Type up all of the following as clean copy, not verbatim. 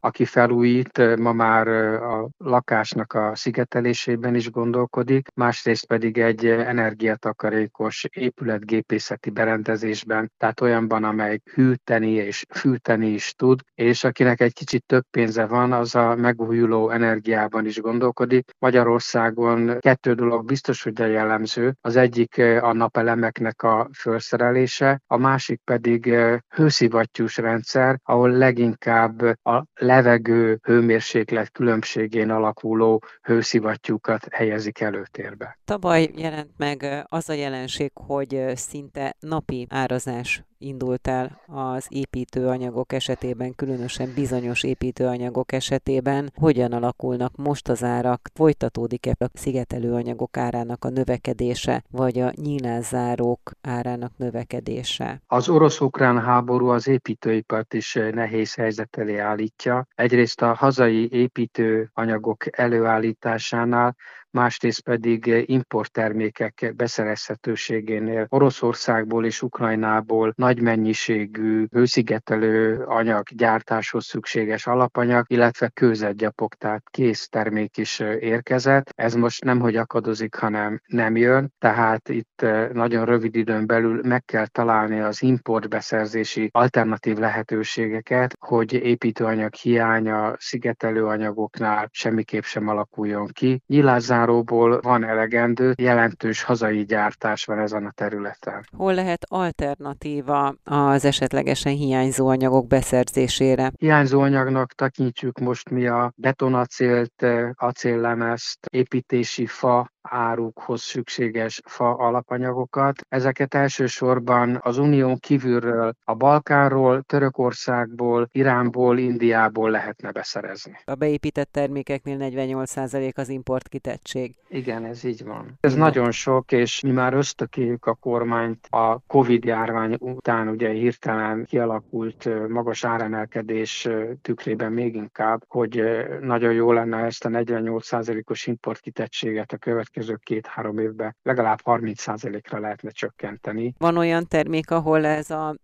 aki felújít, ma már a lakásnak a szigetelésében is gondolkodik, másrészt pedig egy energiatakarékos épületgépészeti berendezésben, tehát olyanban, amely hűteni és fűteni is tud, és akinek egy kicsit több pénze van, az a megújuló energiában is gondolkodik. Magyarországon 2 dolog biztos, hogy a jellemző. Az egyik a napelemeknek a felszerelése, a másik pedig hőszivattyús rendszer, ahol leginkább a levegő hőmérséklet különbségén alakuló hőszivattyúkat helyezik előtérbe. Tavaly jelent meg az a jelenség, hogy szinte napi árazás indult el az építőanyagok esetében, különösen bizonyos építőanyagok esetében. Hogyan alakulnak most az árak? Folytatódik-e a szigetelőanyagok árának a növekedése, vagy a nyílászárók árának növekedése? Az orosz-ukrán háború az építőipart is nehéz helyzet elé állítja. Egyrészt a hazai építőanyagok előállításánál, másrészt pedig importtermékek beszerezhetőségénél Oroszországból és Ukrajnából nagy mennyiségű hőszigetelő anyag gyártáshoz szükséges alapanyag, illetve kőzetgyapok, tehát késztermék is érkezett. Ez most nemhogy akadozik, hanem nem jön, tehát itt nagyon rövid időn belül meg kell találni az importbeszerzési alternatív lehetőségeket, hogy építőanyag hiánya szigetelőanyagoknál semmiképp sem alakuljon ki. Nyilászáróból van elegendő, jelentős hazai gyártás van ezen a területen. Hol lehet alternatíva az esetlegesen hiányzó anyagok beszerzésére? Hiányzó anyagnak tekintjük most mi a betonacélt, acéllemezt, építési fa árukhoz szükséges fa alapanyagokat. Ezeket elsősorban az unión kívülről, a Balkánról, Törökországból, Iránból, Indiából lehetne beszerezni. A beépített termékeknél 48% az importkitettség. Igen, ez így van. Ez Minden. nagyon sok, és mi már ösztökéljük a kormányt a Covid-járvány után ugye hirtelen kialakult magas áremelkedés tükrében még inkább, hogy nagyon jó lenne ezt a 48%-os importkitettséget a következő 2-3 évben legalább 30%-ra lehetne csökkenteni. Van olyan termék, ahol ez a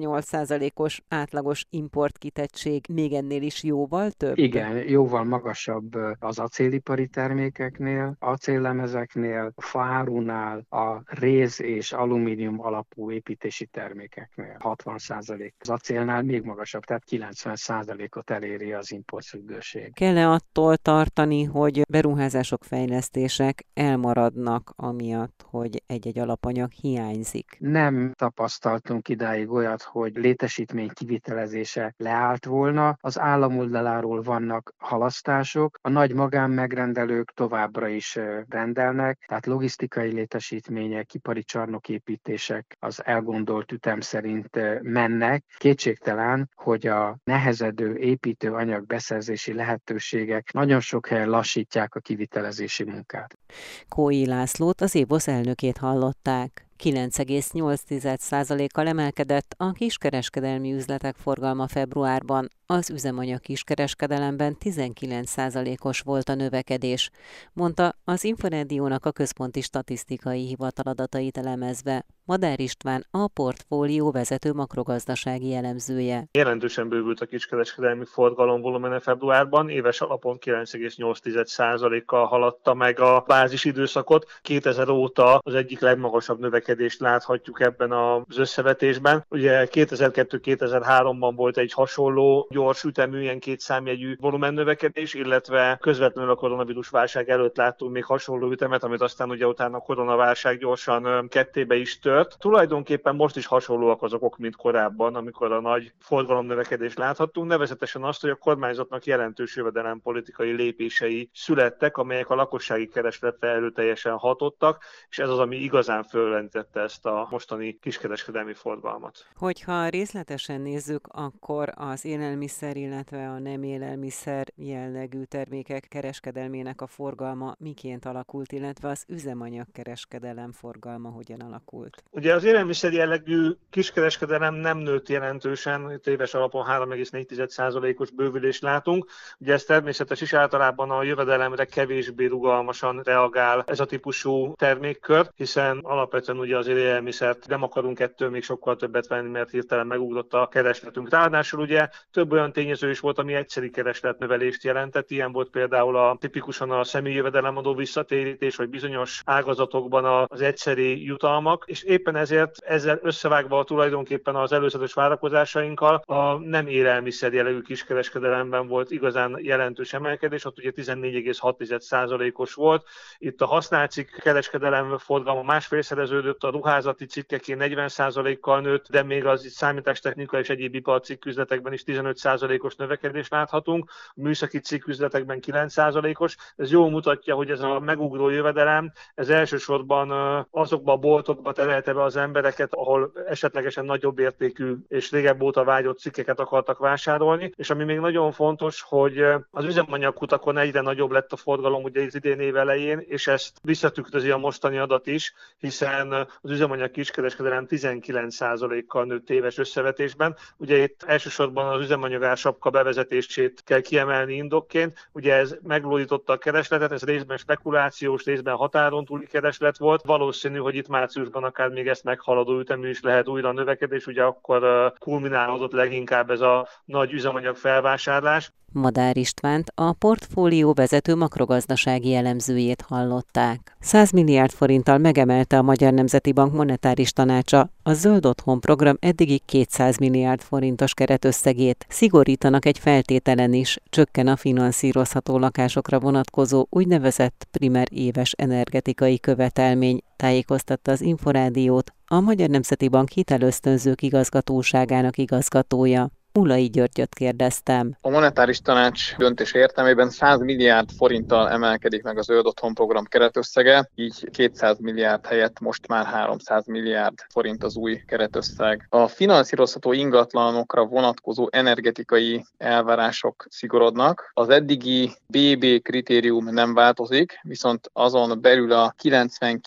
48%-os átlagos importkitettség még ennél is jóval több? Igen, jóval magasabb az acélipari termékeknél, acéllemezeknél, a faárunál, a réz és alumínium alapú építési termékeknél 60%. Az acélnál még magasabb, tehát 90%-ot eléri az importfüggőség. Kell-e attól tartani, hogy beruházások, fejlesztések elmaradnak amiatt, hogy egy-egy alapanyag hiányzik? Nem tapasztaltunk idáig olyat, hogy létesítmény kivitelezése leállt volna. Az állam oldaláról vannak halasztások, a nagy magánmegrendelők továbbra is rendelnek, tehát logisztikai létesítmények, ipari csarnoképítések az elgondolt ütem szerint mennek. Kétségtelen, hogy a nehezedő építőanyag beszerzési lehetőségek nagyon sok helyen lassítják a kivitelezési munkát. Kói Lászlót, az ÉBOSZ elnökét hallották. 9,8%-kal emelkedett a kiskereskedelmi üzletek forgalma februárban. Az üzemanyag kiskereskedelemben 19%-os volt a növekedés, mondta az Inforediónak a Központi Statisztikai Hivatal adatait elemezve Madár István, a portfólió vezető makrogazdasági elemzője. Jelentősen bővült a kiskereskedelmi forgalom volumene februárban, éves alapon 9,8%-kal haladta meg a bázis időszakot. 2000 óta az egyik legmagasabb növekedést láthatjuk ebben az összevetésben. Ugye 2002-2003-ban volt egy hasonló gyors ütemű, ilyen kétszámjegyű volumennövekedés, illetve közvetlenül a koronavírus válság előtt láttunk még hasonló ütemet, amit aztán ugye utána a koronaválság gyorsan kettébe is tört. Tulajdonképpen most is hasonlóak az okok, mint korábban, amikor a nagy forgalomnövekedést láthattunk, nevezetesen azt, hogy a kormányzatnak jelentős jövedelempolitikai lépései születtek, amelyek a lakossági keresletre erőteljesen hatottak, és ez az, ami igazán föllendítette ezt a mostani kiskereskedelmi forgalmat. Hogyha részletesen nézzük, akkor az élelmiszer, illetve a nem élelmiszer jellegű termékek kereskedelmének a forgalma miként alakult, illetve az üzemanyag kereskedelem forgalma hogyan alakult? Ugye az élelmiszer jellegű kiskereskedelem nem nőtt jelentősen, itt éves alapon 3,4%-os bővülést látunk. Ugye ez természetes is, általában a jövedelemre kevésbé rugalmasan reagál ez a típusú termékkör, hiszen alapvetően ugye az élelmiszert nem akarunk ettől még sokkal többet venni, mert hirtelen megugrott a keresletünk. Ráadásul ugye több olyan tényező is volt, ami egyszeri keresletnövelést jelentett. Ilyen volt például tipikusan a személyi jövedelemadó visszatérítés, vagy bizonyos ágazatokban az egyszeri jutalmak, és éppen ezért ezzel összevágva tulajdonképpen az előzetes várakozásainkkal a nem élelmiszer jellegű kiskereskedelemben volt igazán jelentős emelkedés, ott ugye 14,6%-os volt. Itt a használt cikk kereskedelem forgalma 1,5-szereződött, a ruházati cikkeké 40%-kal nőtt, de még az itt számítástechnika és egyéb iparcikküzletekben is 15%-os növekedést láthatunk, a műszaki cikküzletekben 9%-os. Ez jól mutatja, hogy ez a megugró jövedelem, ez elsősorban azokba a boltokba terelte be az embereket, ahol esetlegesen nagyobb értékű és régebb óta vágyott cikkeket akartak vásárolni, és ami még nagyon fontos, hogy az üzemanyagkutakon egyre nagyobb lett a forgalom ugye az idén év elején, és ezt visszatükrözi a mostani adat is, hiszen az üzemanyag kiskereskedelem 19%-kal nőtt éves összevetésben. Ugye itt elsősorban az üzemanyagár sapka bevezetését kell kiemelni indokként, ugye ez meglódította a keresletet, ez részben spekulációs, részben határon túli kereslet volt. Valószínű, hogy itt márciusban akár még ezt meghaladó ütemű is lehet újra a növekedés, ugye akkor kulminálódott leginkább ez a nagy üzemanyag felvásárlás. Madár Istvánt, a portfólió vezető makrogazdasági elemzőjét hallották. 100 milliárd forinttal megemelte a Magyar Nemzeti Bank monetáris tanácsa a Zöld Otthon program eddigi 200 milliárd forintos keretösszegét. Szigorítanak egy feltételen is, csökken a finanszírozható lakásokra vonatkozó úgynevezett primer éves energetikai követelmény, tájékoztatta az Inforádiót a Magyar Nemzeti Bank hitelösztönzők igazgatóságának igazgatója. Ulai Györgyöt kérdeztem. A monetáris tanács döntése értelmében 100 milliárd forinttal emelkedik meg a Zöld Otthon program keretösszege, így 200 milliárd helyett most már 300 milliárd forint az új keretösszeg. A finanszírozható ingatlanokra vonatkozó energetikai elvárások szigorodnak. Az eddigi BB kritérium nem változik, viszont azon belül a 90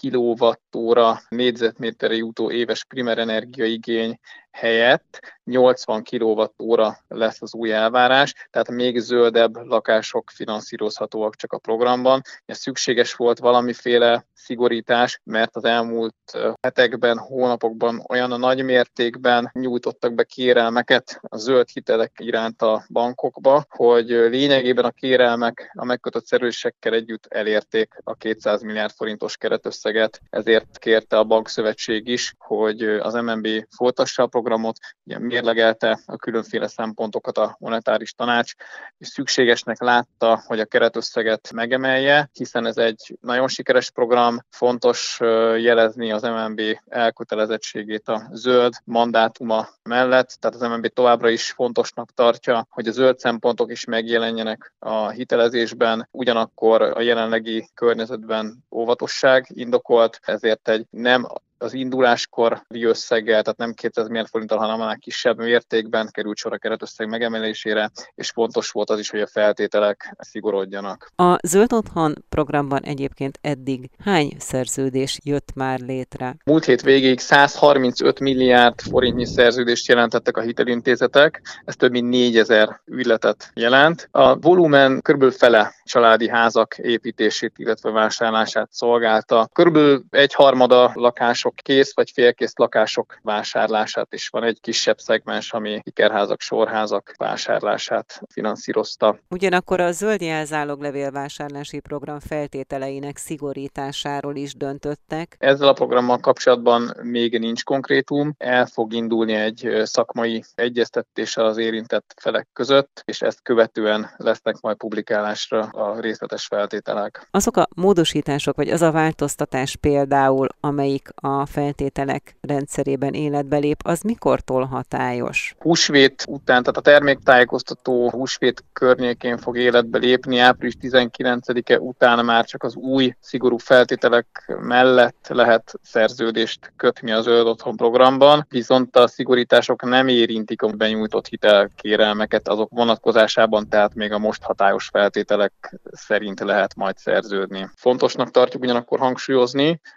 kWh négyzetméterre jutó éves primer energiaigény helyett 80 kWh lesz az új elvárás, tehát még zöldebb lakások finanszírozhatóak csak a programban. Ez szükséges volt valamiféle szigorítás, mert az elmúlt hetekben, hónapokban olyan nagy mértékben nyújtottak be kérelmeket a zöld hitelek iránt a bankokba, hogy lényegében a kérelmek a megkötött szerződésekkel együtt elérték a 200 milliárd forintos keretösszeget, ezért kérte a bankszövetség is, hogy az MNB folytassa a programot, ugye mérlegelte a különféle szempontokat a monetáris tanács, és szükségesnek látta, hogy a keretösszeget megemelje, hiszen ez egy nagyon sikeres program, fontos jelezni az MNB elkötelezettségét a zöld mandátuma mellett, tehát az MNB továbbra is fontosnak tartja, hogy a zöld szempontok is megjelenjenek a hitelezésben, ugyanakkor a jelenlegi környezetben óvatosság indokolt, ezért egy nem az induláskor összeggel, tehát nem 200 milliárd forinttal, hanem annál kisebb mértékben került sor a keretösszeg megemelésére, és fontos volt az is, hogy a feltételek szigorodjanak. A Zöld Otthon programban egyébként eddig hány szerződés jött már létre? Múlt hét végéig 135 milliárd forintnyi szerződést jelentettek a hitelintézetek, ez több mint 4000 ügyletet jelent. A volumen körülbelül fele családi házak építését, illetve vásárlását szolgálta. Körülbelül egyharmada lakások kész vagy félkész lakások vásárlását is van egy kisebb szegmens, ami ikerházak, sorházak vásárlását finanszírozta. Ugyanakkor a zöld jelzáloglevél vásárlási program feltételeinek szigorításáról is döntöttek. Ezzel a programmal kapcsolatban még nincs konkrétum, el fog indulni egy szakmai egyeztetéssel az érintett felek között, és ezt követően lesznek majd publikálásra a részletes feltételek. Azok a módosítások, vagy az a változtatás például, amelyik a feltételek rendszerében életbe lép, az mikortól hatályos? Húsvét után, tehát a terméktájékoztató húsvét környékén fog életbe lépni, április 19-e után már csak az új szigorú feltételek mellett lehet szerződést kötni a Zöld Otthon programban, viszont a szigorítások nem érintik a benyújtott hitelkérelmeket, azok vonatkozásában, tehát még a most hatályos feltételek szerint lehet majd szerződni. Fontosnak tartjuk ugyanakkor hangsúlyozni,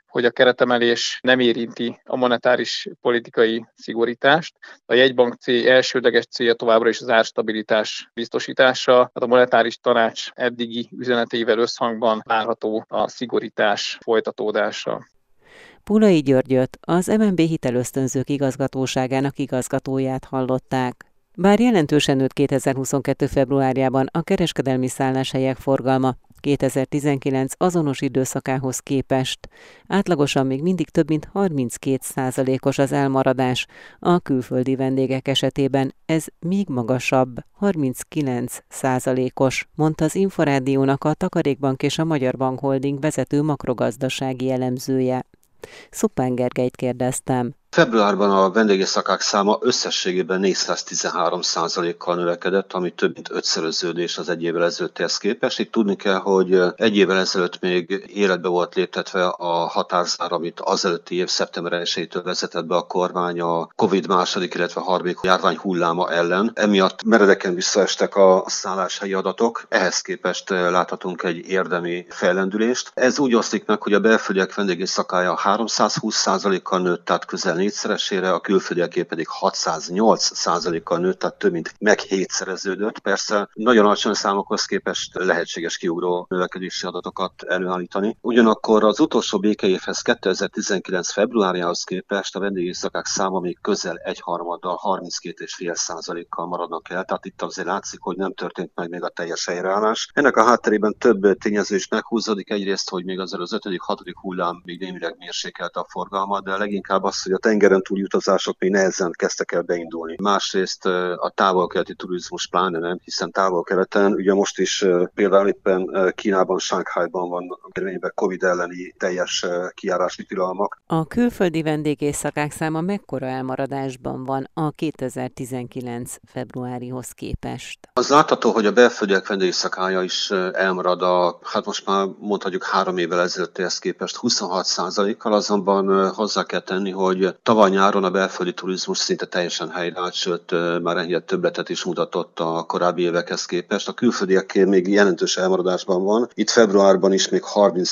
hogy a keretemelés nem érinti a monetáris politikai szigorítást. A jegybank elsődleges célja továbbra is az árstabilitás biztosítása. Tehát a monetáris tanács eddigi üzeneteivel összhangban várható a szigorítás folytatódása. Pulai Györgyöt, az MNB hitelösztönzők igazgatóságának igazgatóját hallották. Bár jelentősen nőtt 2022. februárjában a kereskedelmi szálláshelyek forgalma 2019 azonos időszakához képest, átlagosan még mindig több mint 32%-os az elmaradás, a külföldi vendégek esetében ez még magasabb, 39%-os, mondta az Inforádiónak a Takarékbank és a Magyar Bank Holding vezető makrogazdasági elemzője. Szuppán Gergelyt kérdeztem. Februárban a vendégesszakák száma összességében 413%-kal növekedett, ami több mint ötszöröződés az egy évvel ezelőttihez képest. Itt tudni kell, hogy egy évvel ezelőtt még életbe volt léptetve a határzár, amit azelőtti év szeptember 1-től vezetett be a kormány a Covid második, illetve harmadik járvány hulláma ellen. Emiatt meredeken visszaestek a szálláshelyi adatok, ehhez képest láthatunk egy érdemi fellendülést. Ez úgy oszlik meg, hogy a belföldiek vendégeszakája 320%-kal nőtt, tehát közel négyszeresére, a külföldiaké pedig 608%-kal nőtt, tehát több mint meg hétszereződött. Persze nagyon alacsony számokhoz képest lehetséges kiugró növekedési adatokat előállítani. Ugyanakkor az utolsó békeévhez 2019. februárjához képest a vendégesszakák száma még közel egyharmaddal, 32,5%-kal maradnak el, tehát itt azért látszik, hogy nem történt meg még a teljes helyreállás. Ennek a hátterében több tényező is meghúzódik. Egyrészt, hogy még azért az 5.-6. hullám még némileg mérsékelte a forgalmat, de leginkább az, hogy a tengeren túli utazások még nehezen kezdtek el beindulni. Másrészt a távol-keleti turizmus pláne nem, hiszen távol-keleten ugye most is például éppen Kínában, Shanghaiban van érvényben Covid elleni teljes kijárási tilalmak. A külföldi vendégészakák száma mekkora elmaradásban van a 2019. februárihoz képest? Az látható, hogy a belföldiek vendégeszakája is elmarad most már mondhatjuk 3 évvel ezelőttihez képest 26%-kal, azonban hozzá kell tenni, hogy tavaly nyáron a belföldi turizmus szinte teljesen helyreállt, sőt már ennyi többletet is mutatott a korábbi évekhez képest. A külföldiekké még jelentős elmaradásban van. Itt februárban is még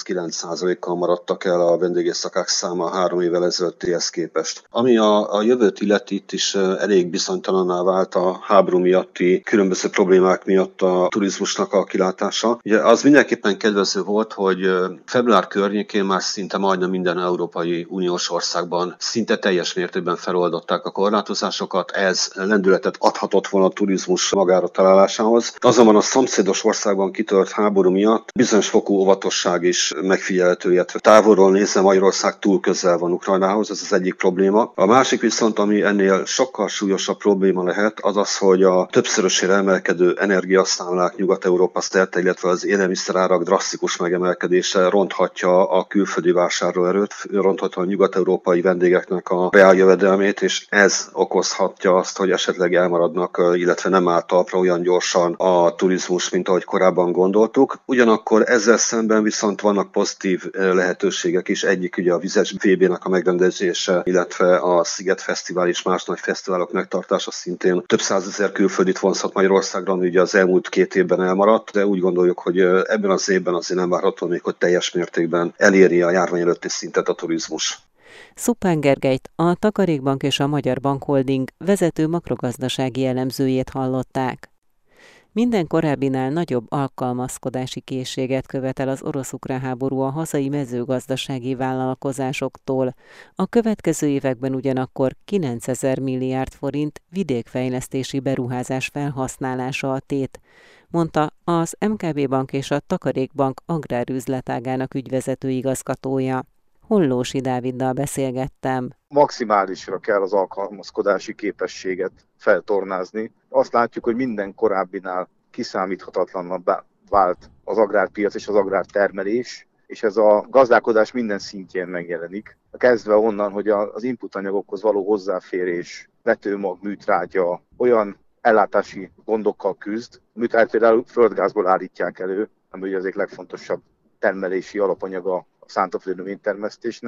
39%-kal maradtak el a vendégesszakák száma 3 évvel ezelőttihez képest. Ami a jövőt illeti, itt is elég bizonytalanná vált a háború miatti különböző problémák miatt a turizmusnak a kilátása. Ugye az mindenképpen kedvező volt, hogy február környékén már szinte majdnem minden Európai Uniós országban szinte teljes mértékben feloldották a korlátozásokat, ez lendületet adhatott volna a turizmus magára találásához. Azonban a szomszédos országban kitört háború miatt bizonyos fokú óvatosság is megfigyelhető, illetve távolról nézve Magyarország túl közel van Ukrajnához, ez az egyik probléma. A másik viszont, ami ennél sokkal súlyosabb probléma lehet, az az, hogy a többszörösére emelkedő energiaszámlák Nyugat-Európa szerte, illetve az élelmiszerárak drasztikus megemelkedése ronthatja a külföldi vásárlóerőt, ronthatja a nyugat-európai vendégeknek a reáljövedelmét, és ez okozhatja azt, hogy esetleg elmaradnak, illetve nem áll talpra olyan gyorsan a turizmus, mint ahogy korábban gondoltuk. Ugyanakkor ezzel szemben viszont vannak pozitív lehetőségek is. Egyik ugye a vizes VB-nek a megrendezése, illetve a Sziget Fesztivál és más nagy fesztiválok megtartása szintén több százezer külföldit vonzhat Magyarországra, ami ugye az elmúlt 2 évben elmaradt, de úgy gondoljuk, hogy ebben az évben azért nem várható még, hogy teljes mértékben eléri a járvány előtti szintet a turizmus. Szuppán Gergelyt, a Takarékbank és a Magyar Bank Holding vezető makrogazdasági elemzőjét hallották. Minden korábbinál nagyobb alkalmazkodási készséget követel az orosz-ukrán háború a hazai mezőgazdasági vállalkozásoktól. A következő években ugyanakkor 9000 milliárd forint vidékfejlesztési beruházás felhasználása a tét, mondta az MKB Bank és a Takarékbank agrárüzletágának ügyvezető igazgatója. Hollósi Dáviddal beszélgettem. Maximálisra kell az alkalmazkodási képességet feltornázni. Azt látjuk, hogy minden korábbinál kiszámíthatatlannabbá vált az agrárpiac és az agrártermelés, és ez a gazdálkodás minden szintjén megjelenik. Kezdve onnan, hogy az inputanyagokhoz való hozzáférés, vetőmag, műtrágya olyan ellátási gondokkal küzd. A műtrágyát például földgázból állítják elő, ami ugye az egyik legfontosabb termelési alapanyaga a szántóföldnövénytermesztésnek,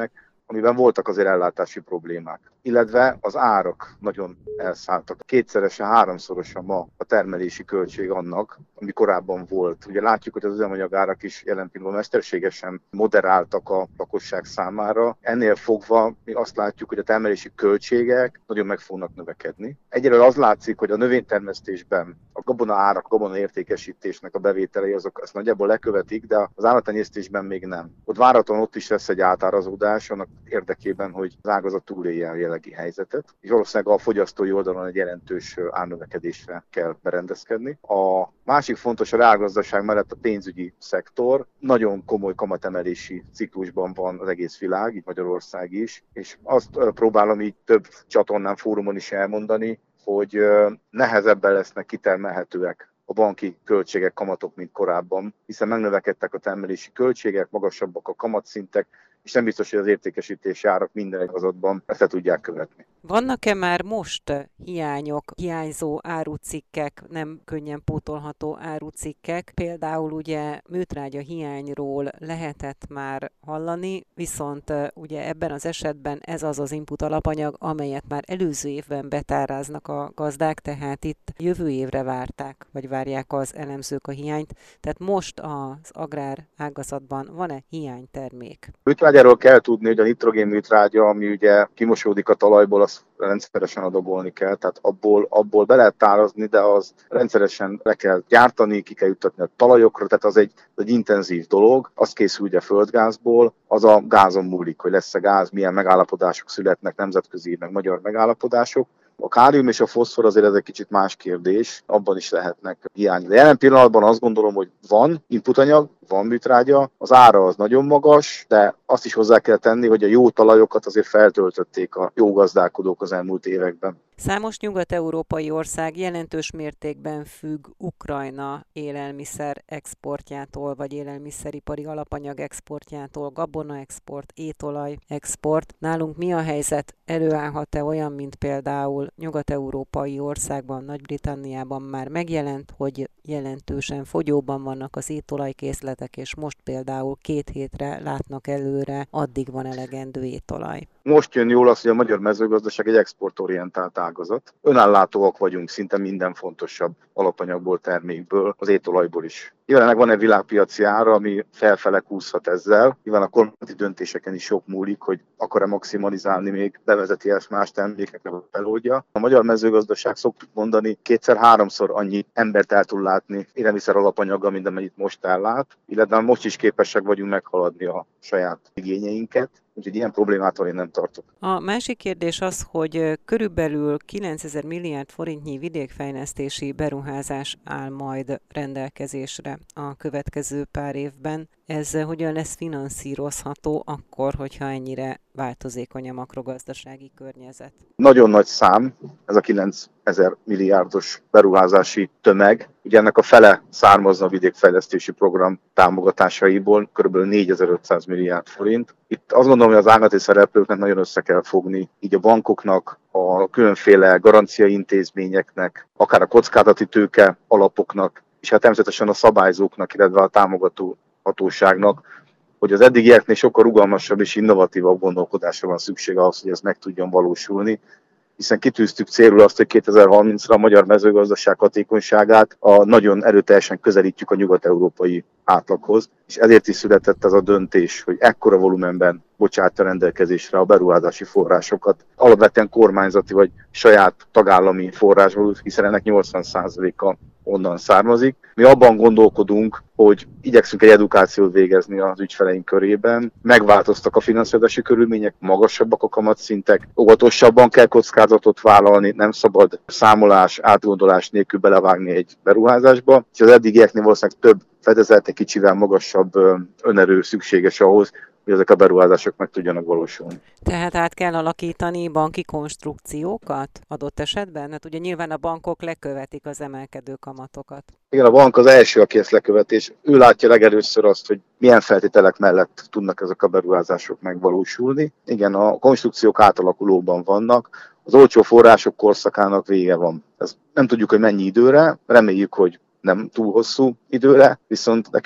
amiben voltak azért ellátási problémák. Illetve az árak nagyon elszálltak. Kétszeresen, háromszorosan ma a termelési költség annak, ami korábban volt. Ugye látjuk, hogy az üzemanyagárak is jelen pillanatban mesterségesen moderáltak a lakosság számára. Ennél fogva mi azt látjuk, hogy a termelési költségek nagyon meg fognak növekedni. Egyelőre az látszik, hogy a növénytermesztésben a gabona árak, gabona értékesítésnek a bevételei azok ezt nagyjából lekövetik, de az állattenyésztésben még nem. Ott várhatóan ott is lesz egy átárazódás annak érdekében, hogy az ágazat túlélje a jelenlegi helyzetet, és valószínűleg a fogyasztói oldalon egy jelentős árnövekedésre kell berendezkedni. A másik fontos a reálgazdaság mellett a pénzügyi szektor. Nagyon komoly kamatemelési ciklusban van az egész világ, így Magyarország is, és azt próbálom így több csatornán, fórumon is elmondani, hogy nehezebben lesznek kitermelhetőek a banki költségek, kamatok, mint korábban, hiszen megnövekedtek a termelési költségek, magasabbak a kamatszintek, és nem biztos, hogy az értékesítési árak minden ágazatban ezt le tudják követni. Vannak-e már most hiányok, hiányzó árucikkek, nem könnyen pótolható árucikkek? Például ugye műtrágya hiányról lehetett már hallani, viszont ugye ebben az esetben ez az az input alapanyag, amelyet már előző évben betáráznak a gazdák, tehát itt jövő évre várták, vagy várják az elemzők a hiányt. Tehát most az agrár ágazatban van-e hiánytermék? Műtrágyáról kell tudni, hogy a nitrogén műtrágya, ami ugye kimosódik a talajból, azt rendszeresen adabolni kell, tehát abból be lehet tárazni, de az rendszeresen le kell gyártani, ki kell juttatni a talajokra, tehát az egy intenzív dolog, az készül ugye földgázból, az a gázon múlik, hogy lesz-e gáz, milyen megállapodások születnek, nemzetközi, meg magyar megállapodások. A kálium és a foszfor azért ez egy kicsit más kérdés, abban is lehetnek hiányok. De jelen pillanatban azt gondolom, hogy van inputanyag, van műtrágya, az ára az nagyon magas, de azt is hozzá kell tenni, hogy a jó talajokat azért feltöltötték a jó gazdálkodók az elmúlt években. Számos nyugat-európai ország jelentős mértékben függ Ukrajna élelmiszer exportjától, vagy élelmiszeripari alapanyag exportjától, gabona export, étolaj export. Nálunk mi a helyzet? Előállhat-e olyan, mint például nyugat-európai országban, Nagy-Britanniában már megjelent, hogy jelentősen fogyóban vannak az étolajkészletek, és most például 2 hétre látnak előre, addig van elegendő étolaj. Most jön jól az, hogy a magyar mezőgazdaság egy exportorientált ágazat. Önellátóak vagyunk szinte minden fontosabb alapanyagból, termékből, az étolajból is. Jelenleg van egy világpiaci ára, ami felfele kúszhat ezzel. Nyilván a kormányzati döntéseken is sok múlik, hogy akar-e maximalizálni, még bevezeti ezt más termékekre, vagy feloldja. A magyar mezőgazdaság, szoktuk mondani, 2-3-szor annyi embert el tud látni élelmiszer alapanyaggal, mint amennyit most ellát, illetve most is képesek vagyunk meghaladni a saját igényeinket. Úgyhogy ilyen problémától én nem tartok. A másik kérdés az, hogy körülbelül 9000 milliárd forintnyi vidékfejlesztési beruházás áll majd rendelkezésre a következő pár évben. Ez hogyan lesz finanszírozható akkor, hogyha ennyire változékony a makrogazdasági környezet? Nagyon nagy szám, ez a 9000 milliárdos beruházási tömeg. Ugye ennek a fele származna a vidékfejlesztési program támogatásaiból, kb. 4500 milliárd forint. Itt azt gondolom, hogy az ágazati szereplőknek nagyon össze kell fogni, így a bankoknak, a különféle garanciai intézményeknek, akár a kockázati tőke alapoknak, és hát természetesen a szabályzóknak, illetve a támogató hatóságnak, hogy az eddigieknél sokkal rugalmasabb és innovatívabb gondolkodásra van szükség ahhoz, hogy ez meg tudjon valósulni, hiszen kitűztük célul azt, hogy 2030-ra a magyar mezőgazdaság hatékonyságát nagyon erőteljesen közelítjük a nyugat-európai átlaghoz, és ezért is született ez a döntés, hogy ekkora volumenben bocsátja rendelkezésre a beruházási forrásokat, alapvetően kormányzati vagy saját tagállami forrásból, hiszen ennek 80%-a onnan származik. Mi abban gondolkodunk, hogy igyekszünk egy edukációt végezni az ügyfeleink körében. Megváltoztak a finanszírozási körülmények, magasabbak a kamatszintek, óvatosabban kell kockázatot vállalni, nem szabad számolás, átgondolás nélkül belevágni egy beruházásba, és az eddigieknél valószínűleg több fedezet, egy kicsivel magasabb önerő szükséges ahhoz, hogy ezek a beruházások meg tudjanak valósulni. Tehát át kell alakítani banki konstrukciókat adott esetben? Hát ugye nyilván a bankok lekövetik az emelkedő kamatokat. Igen, a bank az első, aki ezt lekövetés. Ő látja legelőször azt, hogy milyen feltételek mellett tudnak ezek a beruházások megvalósulni. Igen, a konstrukciók átalakulóban vannak, az olcsó források korszakának vége van. Ez nem tudjuk, hogy mennyi időre, reméljük, hogy nem túl hosszú időre, viszont nekünk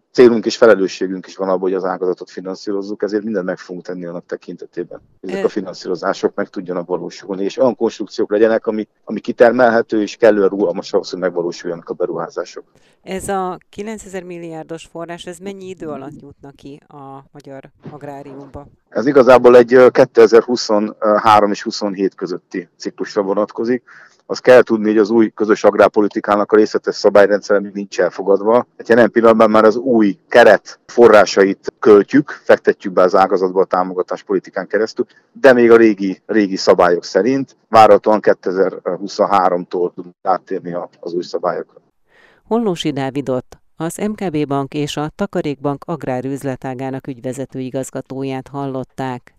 célunk és felelősségünk is van abban, hogy az ágazatot finanszírozzuk, ezért mindent meg fogunk tenni annak tekintetében. Ezek a finanszírozások meg tudjanak valósulni, és olyan konstrukciók legyenek, ami kitermelhető, és kellően rugalmas ahhoz, hogy megvalósuljanak a beruházások. Ez a 9000 milliárdos forrás, ez mennyi idő alatt jutna ki a magyar agráriumba? Ez igazából egy 2023 és 27 közötti ciklusra vonatkozik. Azt kell tudni, hogy az új közös agrárpolitikának a részletes szabályrendszere még nincs elfogadva. Hát jelen pillanatban már az új keret forrásait költjük, fektetjük be az ágazatba a támogatáspolitikán keresztül, de még a régi szabályok szerint várhatóan 2023-tól tudunk áttérni az új szabályokra. Hollósy Dávidot, az MKB Bank és a Takarékbank agrárüzletágának ügyvezető igazgatóját hallották.